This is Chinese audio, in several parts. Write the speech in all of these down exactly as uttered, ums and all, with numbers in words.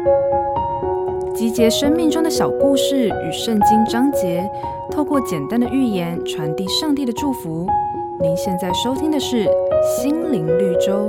集结生命中的小故事与圣经章节，透过简单的寓言传递上帝的祝福。您现在收听的是心灵绿洲。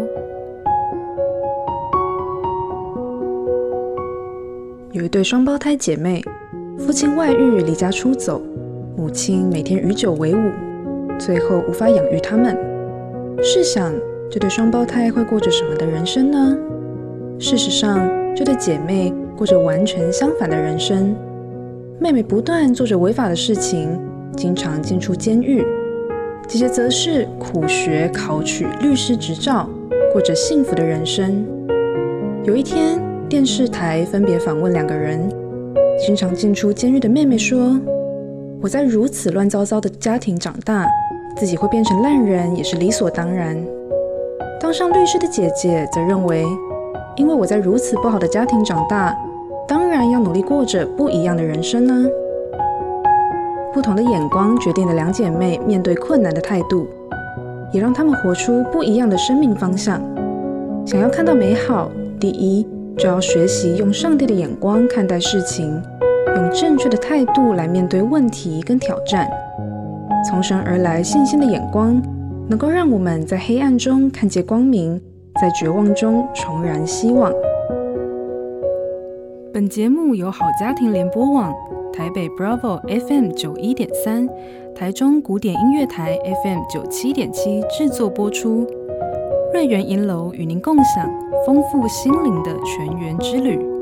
有一对双胞胎姐妹，父亲外遇离家出走，母亲每天与酒为伍，最后无法养育他们。试想，这对双胞胎会过着什么的人生呢？事实上，这对姐妹过着完全相反的人生。妹妹不断做着违法的事情，经常进出监狱；姐姐则是苦学考取律师执照，过着幸福的人生。有一天，电视台分别访问两个人，经常进出监狱的妹妹说：“我在如此乱糟糟的家庭长大，自己会变成烂人也是理所当然。”当上律师的姐姐则认为，因为我在如此不好的家庭长大，当然要努力过着不一样的人生呢。不同的眼光决定了两姐妹面对困难的态度，也让她们活出不一样的生命方向。想要看到美好，第一就要学习用上帝的眼光看待事情，用正确的态度来面对问题跟挑战。从神而来信心的眼光，能够让我们在黑暗中看见光明，在绝望中重燃希望。本节目由好家庭联播网、台北 Bravo F M 九一点三、台中古典音乐台 F M 九七点七制作播出。瑞园银楼与您共享丰富心灵的全员之旅。